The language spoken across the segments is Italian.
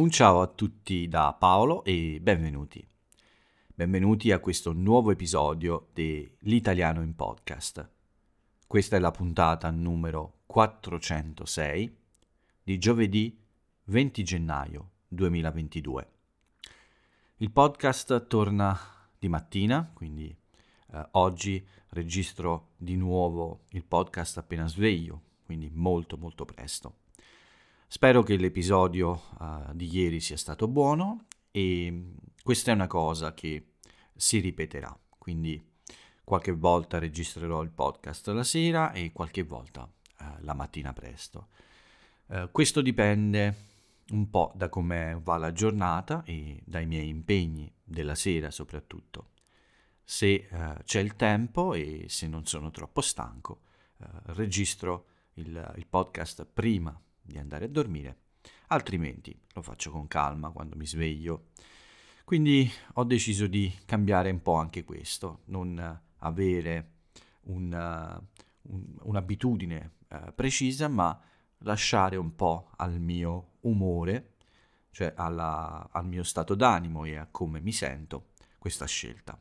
Un ciao a tutti da Paolo e benvenuti. Benvenuti a questo nuovo episodio dell'Italiano in Podcast. Questa è la puntata numero 406 di giovedì 20 gennaio 2022. Il podcast torna di mattina, quindi oggi registro di nuovo il podcast appena sveglio, quindi molto presto. Spero che l'episodio di ieri sia stato buono e questa è una cosa che si ripeterà, quindi qualche volta registrerò il podcast la sera e qualche volta la mattina presto. Questo dipende un po' da come va la giornata e dai miei impegni della sera soprattutto. Se c'è il tempo e se non sono troppo stanco, registro il podcast prima di andare a dormire, altrimenti lo faccio con calma quando mi sveglio. Quindi ho deciso di cambiare un po' anche questo, non avere un'abitudine precisa, ma lasciare un po' al mio umore, cioè al mio stato d'animo e a come mi sento, questa scelta.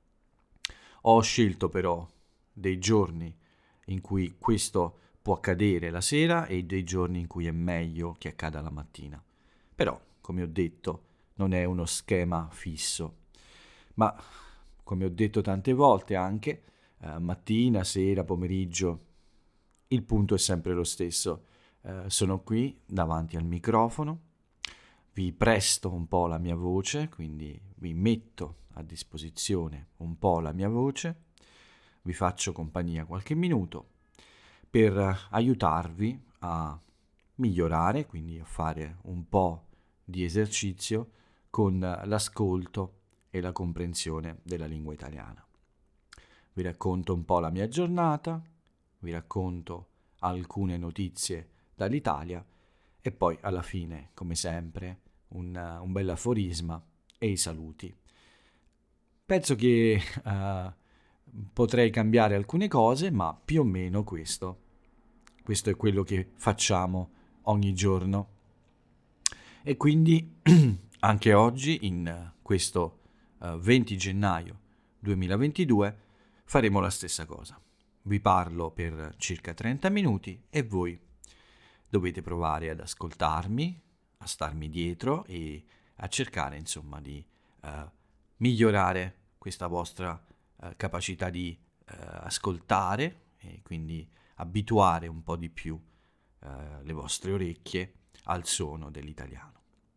Ho scelto però dei giorni in cui questo può accadere la sera e dei giorni in cui è meglio che accada la mattina. Però, come ho detto, non è uno schema fisso, ma come ho detto tante volte anche, mattina, sera, pomeriggio, il punto è sempre lo stesso. Sono qui davanti al microfono, vi presto un po' la mia voce, quindi vi metto a disposizione un po' la mia voce, vi faccio compagnia qualche minuto per aiutarvi a migliorare, quindi a fare un po' di esercizio con l'ascolto e la comprensione della lingua italiana. Vi racconto un po' la mia giornata, vi racconto alcune notizie dall'Italia e poi alla fine, come sempre, un bel aforisma e i saluti. Penso che potrei cambiare alcune cose, ma più o meno questo è quello che facciamo ogni giorno. E quindi anche oggi, in questo 20 gennaio 2022, faremo la stessa cosa. Vi parlo per circa 30 minuti e voi dovete provare ad ascoltarmi, a starmi dietro e a cercare, insomma, di migliorare questa vostra capacità di ascoltare e quindi abituare un po' di più le vostre orecchie al suono dell'italiano.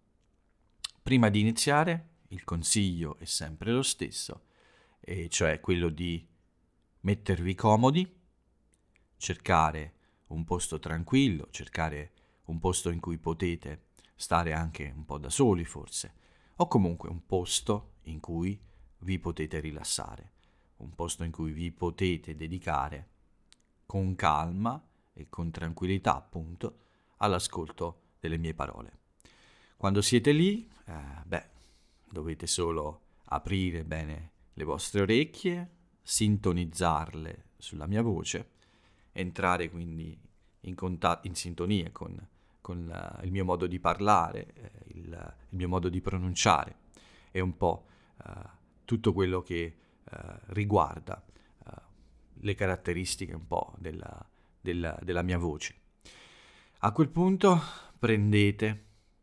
Prima di iniziare, il consiglio è sempre lo stesso, e cioè quello di mettervi comodi, cercare un posto tranquillo, cercare un posto in cui potete stare anche un po' da soli forse, o comunque un posto in cui vi potete rilassare, un posto in cui vi potete dedicare con calma e con tranquillità, appunto, all'ascolto delle mie parole. Quando siete lì, dovete solo aprire bene le vostre orecchie, sintonizzarle sulla mia voce, entrare quindi in sintonia con il mio modo di parlare, il mio modo di pronunciare e un po' tutto quello che riguarda le caratteristiche un po' della mia voce. A quel punto prendete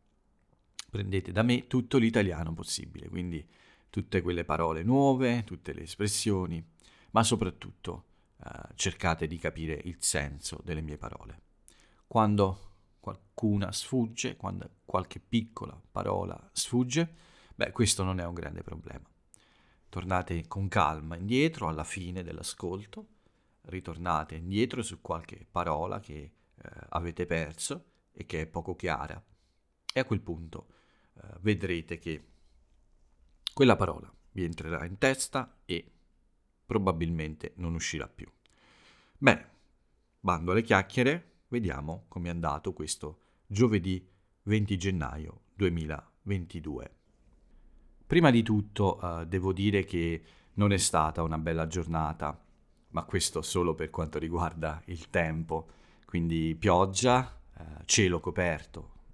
da me tutto l'italiano possibile, quindi tutte quelle parole nuove, tutte le espressioni, ma soprattutto cercate di capire il senso delle mie parole. Quando qualcuna sfugge, quando qualche piccola parola sfugge, questo non è un grande problema. Tornate con calma indietro alla fine dell'ascolto, ritornate indietro su qualche parola che avete perso e che è poco chiara e a quel punto vedrete che quella parola vi entrerà in testa e probabilmente non uscirà più. Bene, bando alle chiacchiere, vediamo com'è andato questo giovedì 20 gennaio 2022. Prima di tutto devo dire che non è stata una bella giornata, ma questo solo per quanto riguarda il tempo, quindi pioggia, cielo coperto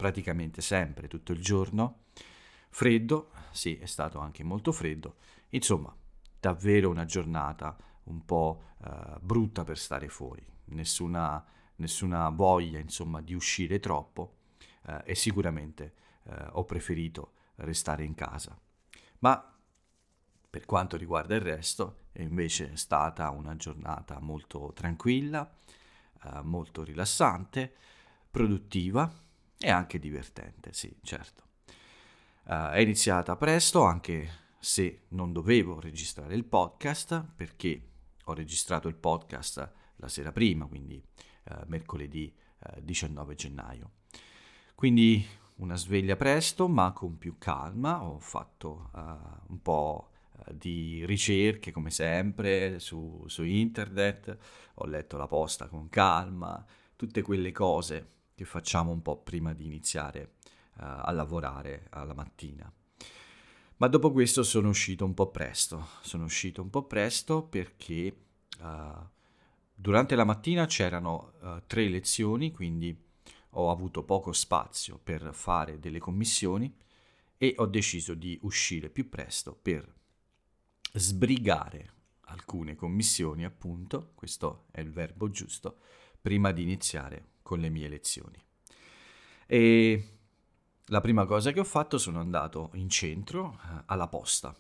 praticamente sempre, tutto il giorno. Freddo, sì, è stato anche molto freddo. Insomma, davvero una giornata un po' brutta per stare fuori. Nessuna voglia, insomma, di uscire troppo e sicuramente ho preferito restare in casa. Ma per quanto riguarda il resto, invece è stata una giornata molto tranquilla, molto rilassante, produttiva e anche divertente, sì, certo. È iniziata presto, anche se non dovevo registrare il podcast, perché ho registrato il podcast la sera prima, quindi mercoledì 19 gennaio. Quindi una sveglia presto, ma con più calma. Ho fatto un po' di ricerche, come sempre, su internet. Ho letto la posta con calma, tutte quelle cose che facciamo un po' prima di iniziare a lavorare alla mattina. Ma dopo questo sono uscito un po' presto. Sono uscito un po' presto perché durante la mattina c'erano 3 lezioni, quindi ho avuto poco spazio per fare delle commissioni e ho deciso di uscire più presto per sbrigare alcune commissioni, appunto, questo è il verbo giusto, prima di iniziare con le mie lezioni. E la prima cosa che ho fatto, sono andato in centro alla posta.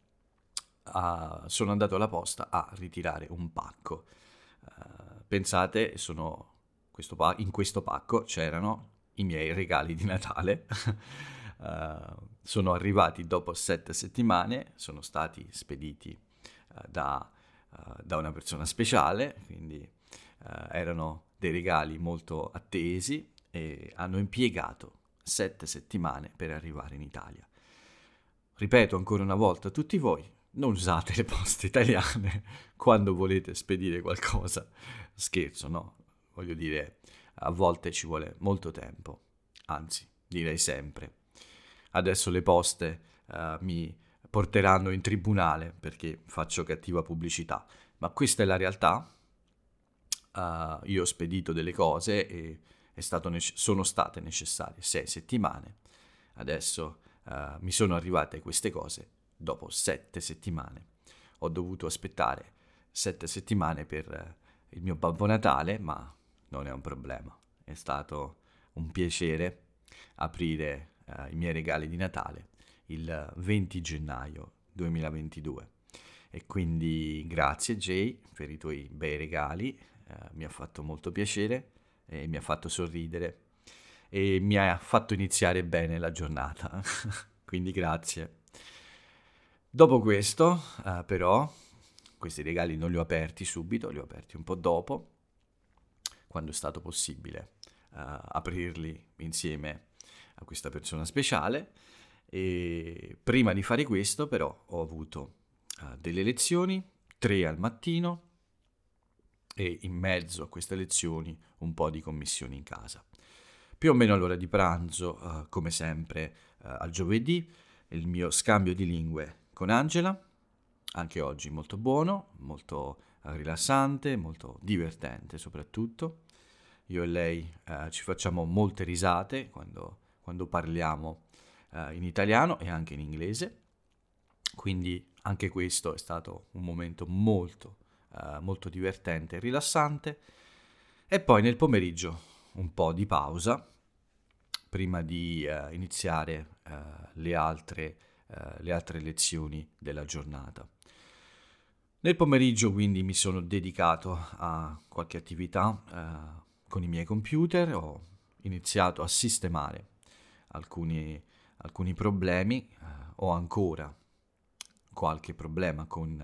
Sono andato alla posta a ritirare un pacco. Pensate, in questo pacco c'erano i miei regali di Natale. Sono arrivati dopo 7 settimane, sono stati spediti da una persona speciale, quindi erano dei regali molto attesi e hanno impiegato 7 settimane per arrivare in Italia. Ripeto ancora una volta a tutti voi, non usate le poste italiane quando volete spedire qualcosa. Scherzo, no? Voglio dire, a volte ci vuole molto tempo, anzi, direi sempre. Adesso le poste mi porteranno in tribunale perché faccio cattiva pubblicità, ma questa è la realtà. Io ho spedito delle cose e sono state necessarie 6 settimane. Adesso mi sono arrivate queste cose dopo 7 settimane. Ho dovuto aspettare 7 settimane per il mio Babbo Natale, ma non è un problema. È stato un piacere aprire i miei regali di Natale il 20 gennaio 2022. E quindi grazie Jay per i tuoi bei regali, mi ha fatto molto piacere e mi ha fatto sorridere e mi ha fatto iniziare bene la giornata. Quindi grazie. Dopo questo, però, questi regali non li ho aperti subito, li ho aperti un po' dopo, quando è stato possibile aprirli insieme a questa persona speciale. E prima di fare questo, però, ho avuto delle lezioni, 3 al mattino, e in mezzo a queste lezioni un po' di commissioni in casa. Più o meno all'ora di pranzo, come sempre, al giovedì, il mio scambio di lingue con Angela, anche oggi molto buono, molto rilassante, molto divertente soprattutto. Io e lei ci facciamo molte risate quando parliamo in italiano e anche in inglese, quindi anche questo è stato un momento molto divertente e rilassante. E poi nel pomeriggio un po' di pausa prima di iniziare le altre lezioni della giornata. Nel pomeriggio quindi mi sono dedicato a qualche attività con i miei computer, ho iniziato a sistemare alcuni problemi, ho ancora qualche problema con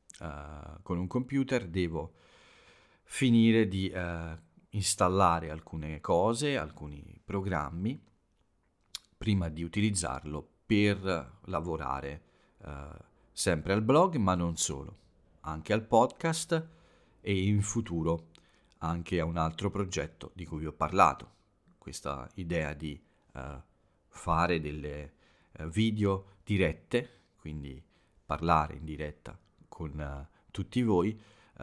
un computer, devo finire di installare alcune cose, alcuni programmi, prima di utilizzarlo per lavorare sempre al blog, ma non solo, anche al podcast e in futuro anche a un altro progetto di cui vi ho parlato, questa idea di fare delle video dirette, quindi parlare in diretta con tutti voi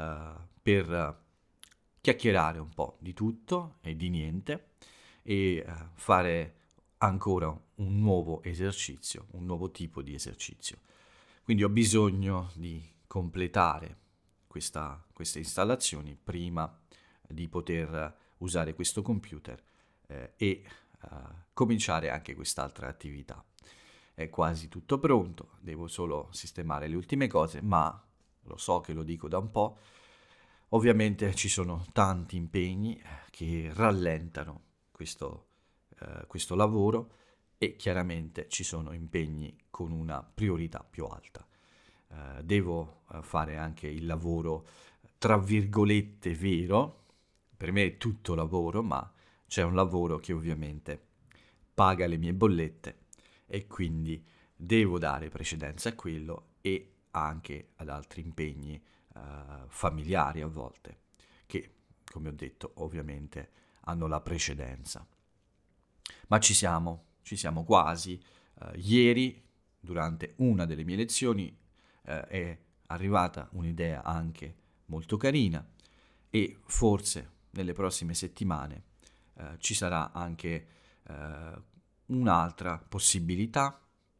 per chiacchierare un po' di tutto e di niente e fare ancora un nuovo esercizio, un nuovo tipo di esercizio. Quindi ho bisogno di completare queste installazioni prima di poter usare questo computer e cominciare anche quest'altra attività. È quasi tutto pronto, devo solo sistemare le ultime cose, ma lo so che lo dico da un po', ovviamente ci sono tanti impegni che rallentano questo lavoro e chiaramente ci sono impegni con una priorità più alta. Devo fare anche il lavoro, tra virgolette, vero. Per me è tutto lavoro, ma c'è un lavoro che ovviamente paga le mie bollette e quindi devo dare precedenza a quello e anche ad altri impegni familiari a volte, che, come ho detto, ovviamente hanno la precedenza. Ma ci siamo quasi. Ieri, durante una delle mie lezioni, è arrivata un'idea anche molto carina e forse nelle prossime settimane ci sarà anche un'altra possibilità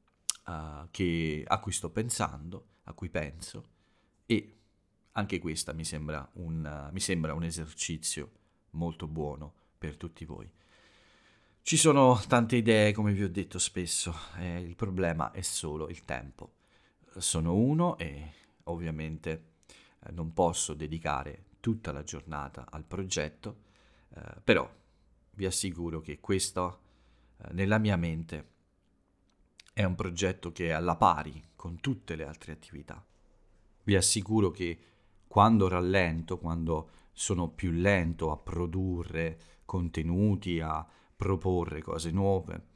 a cui sto pensando, a cui penso, e anche questa mi sembra un esercizio molto buono per tutti voi. Ci sono tante idee, come vi ho detto spesso, il problema è solo il tempo. Sono uno e ovviamente non posso dedicare tutta la giornata al progetto, però vi assicuro che questo nella mia mente è un progetto che è alla pari con tutte le altre attività. Vi assicuro che quando rallento, quando sono più lento a produrre contenuti, a proporre cose nuove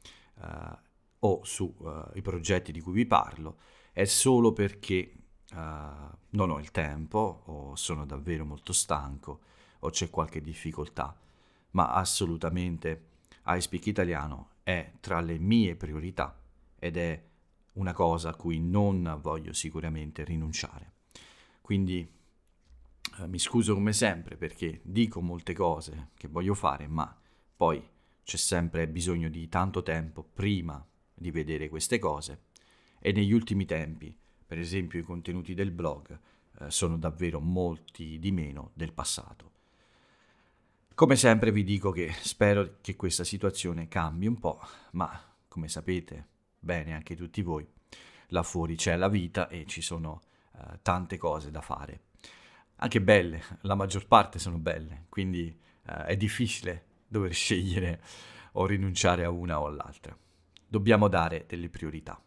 o su i progetti di cui vi parlo, è solo perché non ho il tempo o sono davvero molto stanco o c'è qualche difficoltà, ma assolutamente iSpeak Italiano è tra le mie priorità ed è una cosa a cui non voglio sicuramente rinunciare. Quindi mi scuso come sempre perché dico molte cose che voglio fare, ma poi c'è sempre bisogno di tanto tempo prima di vedere queste cose e negli ultimi tempi, per esempio i contenuti del blog, sono davvero molti di meno del passato. Come sempre vi dico che spero che questa situazione cambi un po', ma come sapete bene anche tutti voi, là fuori c'è la vita e ci sono tante cose da fare. Anche belle, la maggior parte sono belle, quindi è difficile dover scegliere o rinunciare a una o all'altra. Dobbiamo dare delle priorità.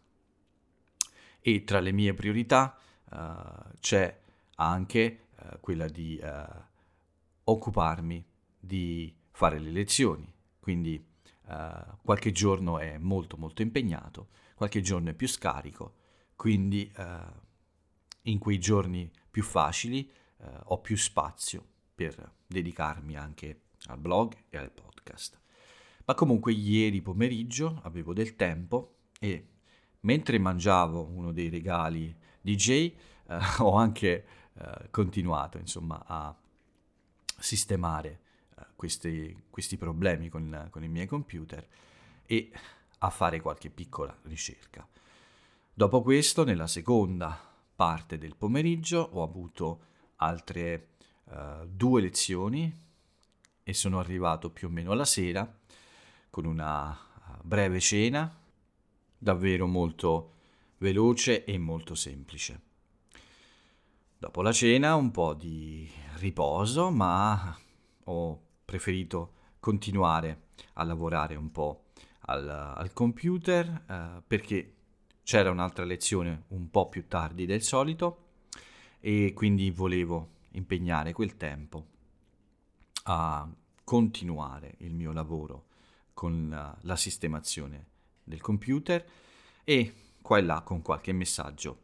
E tra le mie priorità c'è anche quella di occuparmi di fare le lezioni, quindi qualche giorno è molto molto impegnato, qualche giorno è più scarico, quindi in quei giorni più facili ho più spazio per dedicarmi anche al blog e al podcast. Ma comunque ieri pomeriggio avevo del tempo e mentre mangiavo uno dei regali DJ ho anche continuato insomma a sistemare questi problemi con i miei computer e a fare qualche piccola ricerca. Dopo questo, nella seconda parte del pomeriggio, ho avuto altre 2 lezioni e sono arrivato più o meno alla sera con una breve cena, davvero molto veloce e molto semplice. Dopo la cena un po' di riposo, ma ho preferito continuare a lavorare un po' al computer perché c'era un'altra lezione un po' più tardi del solito e quindi volevo impegnare quel tempo a continuare il mio lavoro con la sistemazione del computer e qua e là con qualche messaggio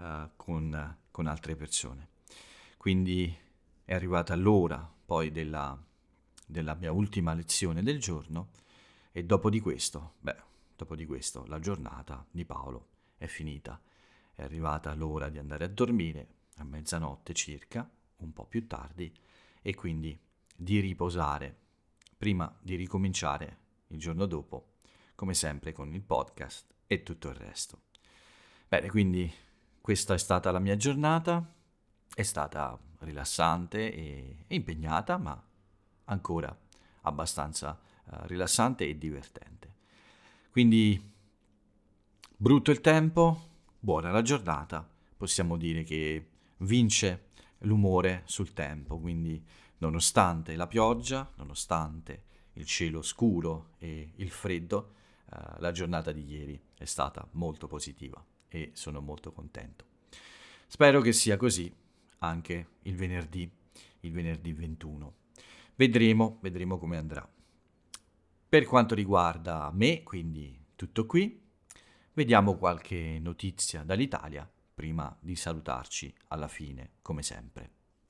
con altre persone. Quindi è arrivata l'ora poi della mia ultima lezione del giorno e dopo di questo la giornata di Paolo è finita. È arrivata l'ora di andare a dormire a mezzanotte circa, un po' più tardi, e quindi di riposare prima di ricominciare il giorno dopo come sempre con il podcast e tutto il resto. Bene, quindi questa è stata la mia giornata, è stata rilassante e impegnata, ma ancora abbastanza rilassante e divertente. Quindi brutto il tempo, buona la giornata, possiamo dire che vince l'umore sul tempo, quindi nonostante la pioggia, nonostante il cielo scuro e il freddo, la giornata di ieri è stata molto positiva e sono molto contento. Spero che sia così anche il venerdì 21. Vedremo come andrà. Per quanto riguarda me, quindi tutto qui, vediamo qualche notizia dall'Italia prima di salutarci alla fine, come sempre.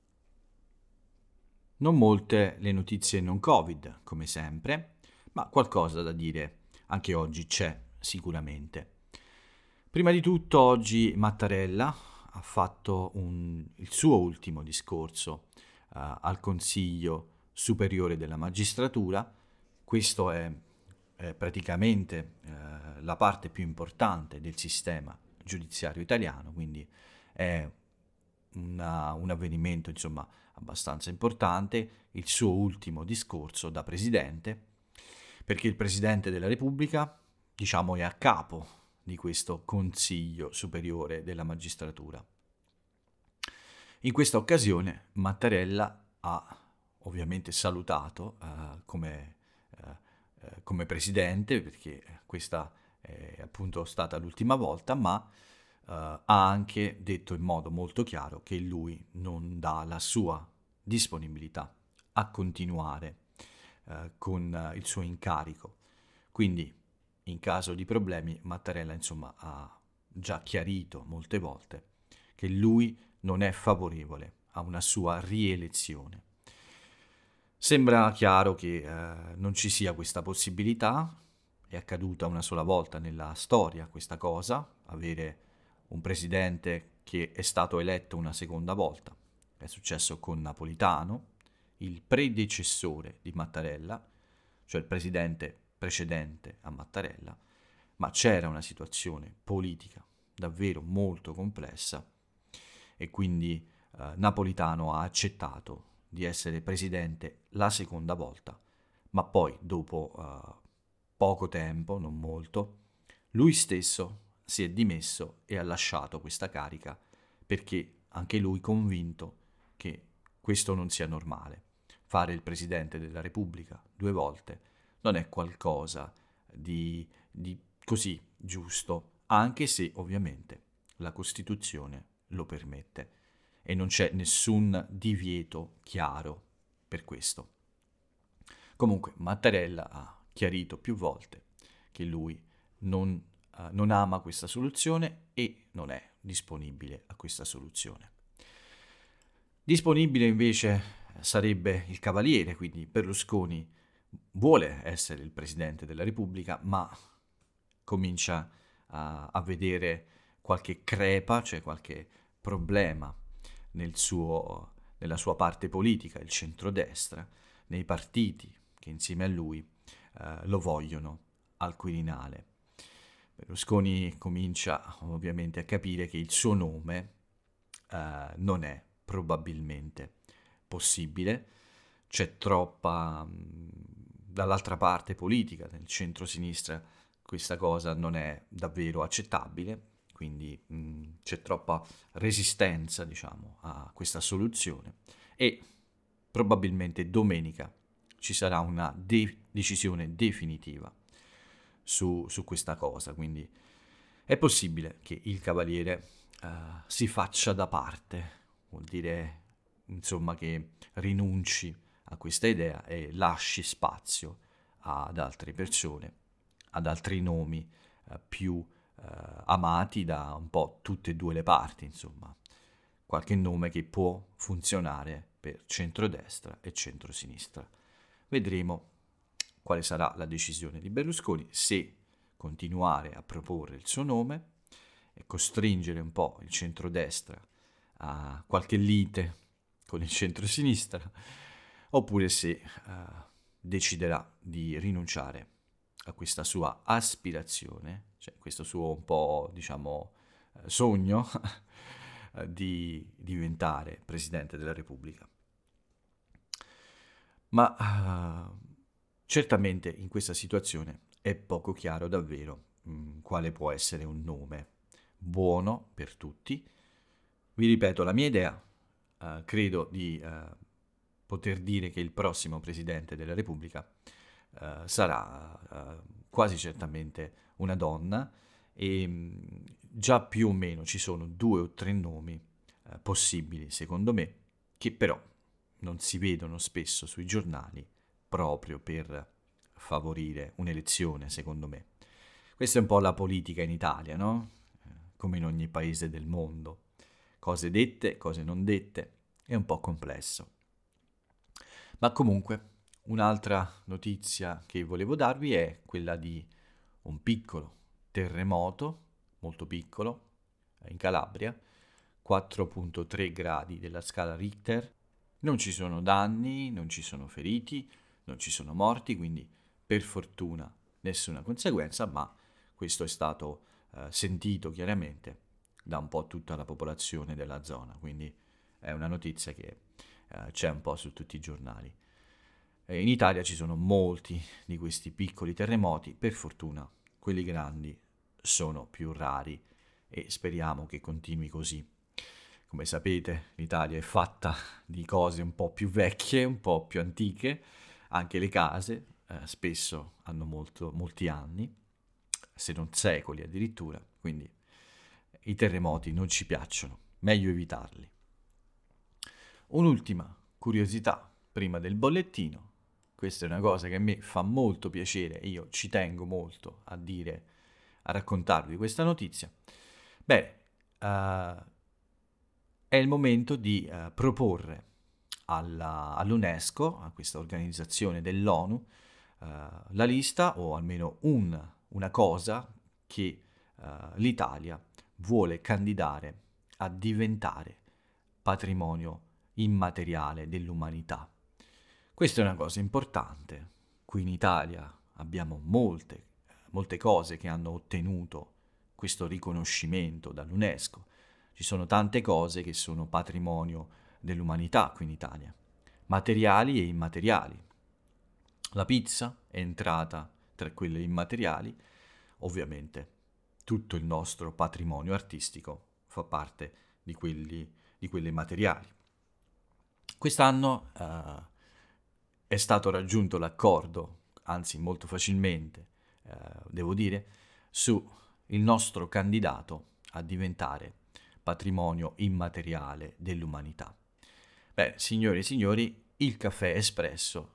Non molte le notizie non Covid, come sempre, ma qualcosa da dire anche oggi c'è sicuramente. Prima di tutto oggi Mattarella ha fatto il suo ultimo discorso al Consiglio Superiore della Magistratura. Questo è praticamente la parte più importante del sistema giudiziario italiano, quindi è un avvenimento insomma abbastanza importante, il suo ultimo discorso da presidente, perché il Presidente della Repubblica, diciamo, è a capo di questo Consiglio Superiore della Magistratura. In questa occasione Mattarella ha ovviamente salutato come presidente, perché questa è appunto stata l'ultima volta, ma ha anche detto in modo molto chiaro che lui non dà la sua disponibilità a continuare con il suo incarico. Quindi, in caso di problemi, Mattarella insomma ha già chiarito molte volte che lui non è favorevole a una sua rielezione. Sembra chiaro che non ci sia questa possibilità, è accaduta una sola volta nella storia questa cosa, avere un presidente che è stato eletto una seconda volta. È successo con Napolitano, il predecessore di Mattarella, cioè il presidente precedente a Mattarella, ma c'era una situazione politica davvero molto complessa e quindi Napolitano ha accettato di essere presidente la seconda volta, ma poi dopo poco tempo, non molto, lui stesso si è dimesso e ha lasciato questa carica perché anche lui convinto che questo non sia normale. Fare il Presidente della Repubblica 2 volte non è qualcosa di così giusto, anche se ovviamente la Costituzione lo permette e non c'è nessun divieto chiaro per questo. Comunque Mattarella ha chiarito più volte che lui non ama questa soluzione e non è disponibile a questa soluzione. Disponibile invece sarebbe il Cavaliere, quindi Berlusconi vuole essere il Presidente della Repubblica, ma comincia a vedere qualche crepa, cioè qualche problema nella sua parte politica, il centrodestra, nei partiti che insieme a lui lo vogliono al Quirinale. Berlusconi comincia ovviamente a capire che il suo nome non è probabilmente possibile, c'è troppa dall'altra parte politica, nel centro-sinistra questa cosa non è davvero accettabile, quindi c'è troppa resistenza, diciamo, a questa soluzione e probabilmente domenica ci sarà una decisione definitiva su questa cosa, quindi è possibile che il Cavaliere si faccia da parte, vuol dire insomma che rinunci a questa idea e lasci spazio ad altre persone, ad altri nomi più amati da un po' tutte e due le parti, insomma, qualche nome che può funzionare per centrodestra e centrosinistra. Vedremo quale sarà la decisione di Berlusconi, se continuare a proporre il suo nome e costringere un po' il centrodestra a qualche lite con il centrosinistra, oppure se deciderà di rinunciare a questa sua aspirazione, cioè questo suo un po', diciamo, sogno di diventare Presidente della Repubblica. Ma certamente in questa situazione è poco chiaro davvero quale può essere un nome buono per tutti. Vi ripeto la mia idea, credo di poter dire che il prossimo Presidente della Repubblica sarà quasi certamente una donna e già più o meno ci sono 2 o 3 nomi possibili secondo me, che però non si vedono spesso sui giornali proprio per favorire un'elezione, secondo me. Questa è un po' la politica in Italia, no? Come in ogni paese del mondo. Cose dette, cose non dette, è un po' complesso. Ma comunque, un'altra notizia che volevo darvi è quella di un piccolo terremoto, molto piccolo, in Calabria, 4.3 gradi della scala Richter. Non ci sono danni, non ci sono feriti, non ci sono morti, quindi per fortuna nessuna conseguenza, ma questo è stato sentito chiaramente da un po' tutta la popolazione della zona, quindi è una notizia che c'è un po' su tutti i giornali. In Italia ci sono molti di questi piccoli terremoti, per fortuna quelli grandi sono più rari e speriamo che continui così. Come sapete, l'Italia è fatta di cose un po' più vecchie, un po' più antiche, anche le case spesso hanno molti anni, se non secoli addirittura, quindi i terremoti non ci piacciono, meglio evitarli. Un'ultima curiosità prima del bollettino, questa è una cosa che a me fa molto piacere, io ci tengo molto a raccontarvi questa notizia. Beh, è il momento di proporre all'UNESCO, a questa organizzazione dell'ONU, la lista o almeno una cosa che l'Italia vuole candidare a diventare patrimonio immateriale dell'umanità. Questa è una cosa importante. Qui in Italia abbiamo molte cose che hanno ottenuto questo riconoscimento dall'UNESCO. Ci sono tante cose che sono patrimonio dell'umanità qui in Italia, materiali e immateriali. La pizza è entrata tra quelle immateriali, ovviamente tutto il nostro patrimonio artistico fa parte di quelle materiali. Quest'anno è stato raggiunto l'accordo, anzi molto facilmente, devo dire, su il nostro candidato a diventare patrimonio immateriale dell'umanità. Beh, signore e signori, il caffè espresso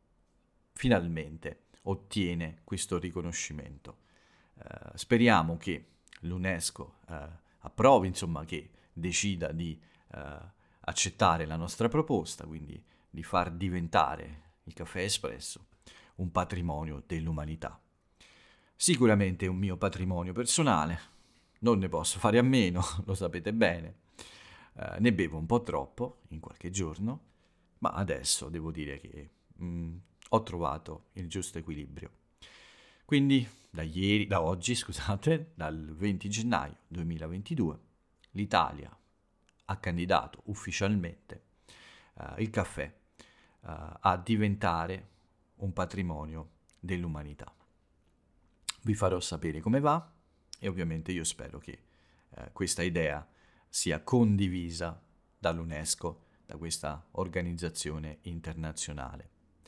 finalmente ottiene questo riconoscimento. Speriamo che l'UNESCO approvi, insomma, che decida di accettare la nostra proposta, quindi di far diventare il caffè espresso un patrimonio dell'umanità. Sicuramente è un mio patrimonio personale, non ne posso fare a meno, lo sapete bene. Ne bevo un po' troppo in qualche giorno, ma adesso devo dire che ho trovato il giusto equilibrio. Quindi da oggi, scusate, dal 20 gennaio 2022, l'Italia ha candidato ufficialmente il caffè a diventare un patrimonio dell'umanità. Vi farò sapere come va e ovviamente io spero che questa idea sia condivisa dall'UNESCO, da questa organizzazione internazionale.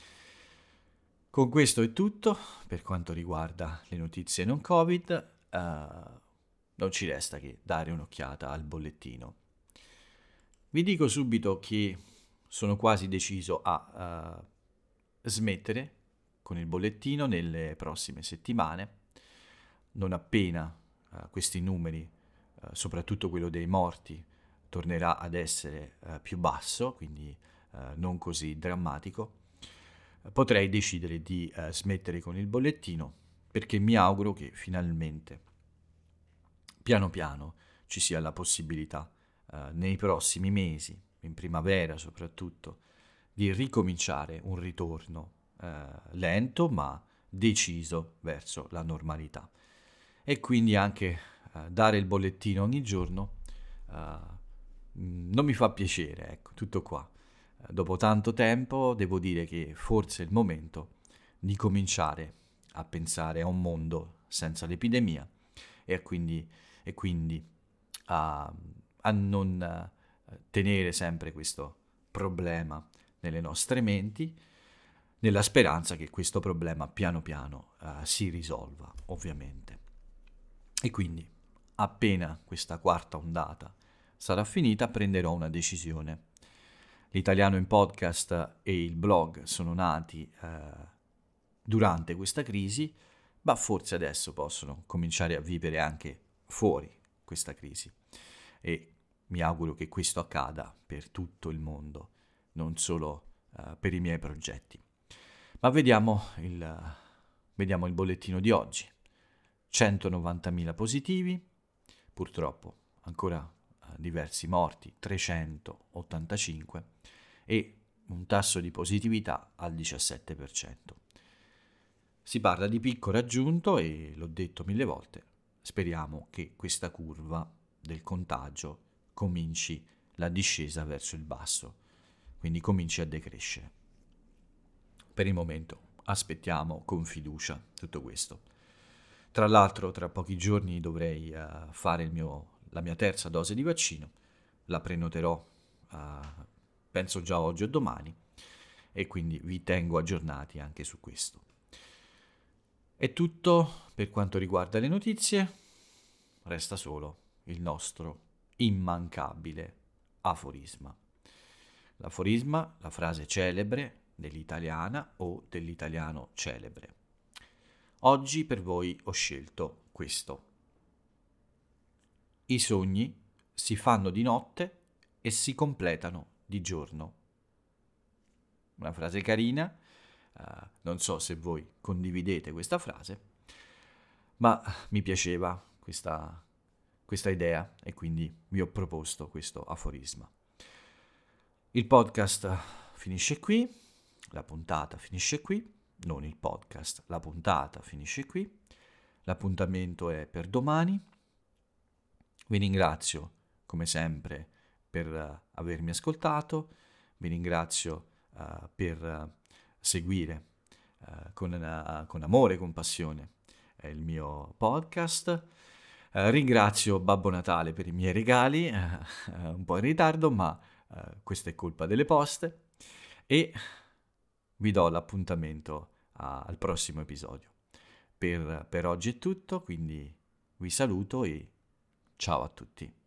Con questo è tutto per quanto riguarda le notizie non Covid. Non ci resta che dare un'occhiata al bollettino. Vi dico subito che sono quasi deciso a smettere con il bollettino nelle prossime settimane, non appena questi numeri, soprattutto quello dei morti, tornerà ad essere più basso, quindi non così drammatico, potrei decidere di smettere con il bollettino, perché mi auguro che finalmente, piano piano, ci sia la possibilità nei prossimi mesi, in primavera soprattutto, di ricominciare un ritorno lento ma deciso verso la normalità. E quindi anche dare il bollettino ogni giorno non mi fa piacere, ecco, tutto qua. Dopo tanto tempo devo dire che forse è il momento di cominciare a pensare a un mondo senza l'epidemia e quindi a non tenere sempre questo problema nelle nostre menti, nella speranza che questo problema piano piano si risolva, ovviamente. E quindi, appena questa quarta ondata sarà finita, prenderò una decisione. L'Italiano in Podcast e il blog sono nati durante questa crisi, ma forse adesso possono cominciare a vivere anche fuori questa crisi. E mi auguro che questo accada per tutto il mondo, non solo per i miei progetti. Ma vediamo il bollettino di oggi. 190.000 positivi, purtroppo ancora diversi morti, 385, e un tasso di positività al 17%. Si parla di picco raggiunto e l'ho detto 1000 volte, speriamo che questa curva del contagio cominci la discesa verso il basso, quindi cominci a decrescere. Per il momento aspettiamo con fiducia tutto questo. Tra l'altro tra pochi giorni dovrei fare la mia terza dose di vaccino, la prenoterò penso già oggi o domani e quindi vi tengo aggiornati anche su questo. È tutto per quanto riguarda le notizie, resta solo il nostro immancabile aforisma. L'aforisma, la frase celebre dell'italiana o dell'italiano celebre. Oggi per voi ho scelto questo. I sogni si fanno di notte e si completano di giorno. Una frase carina, non so se voi condividete questa frase, ma mi piaceva questa idea e quindi vi ho proposto questo aforisma. Il podcast finisce qui, la puntata finisce qui, non il podcast, la puntata finisce qui, l'appuntamento è per domani. Vi ringrazio come sempre per avermi ascoltato, vi ringrazio per seguire con amore e con passione il mio podcast. Ringrazio Babbo Natale per i miei regali, un po' in ritardo, ma questa è colpa delle poste, e vi do l'appuntamento al prossimo episodio. Per oggi è tutto, quindi vi saluto e ciao a tutti.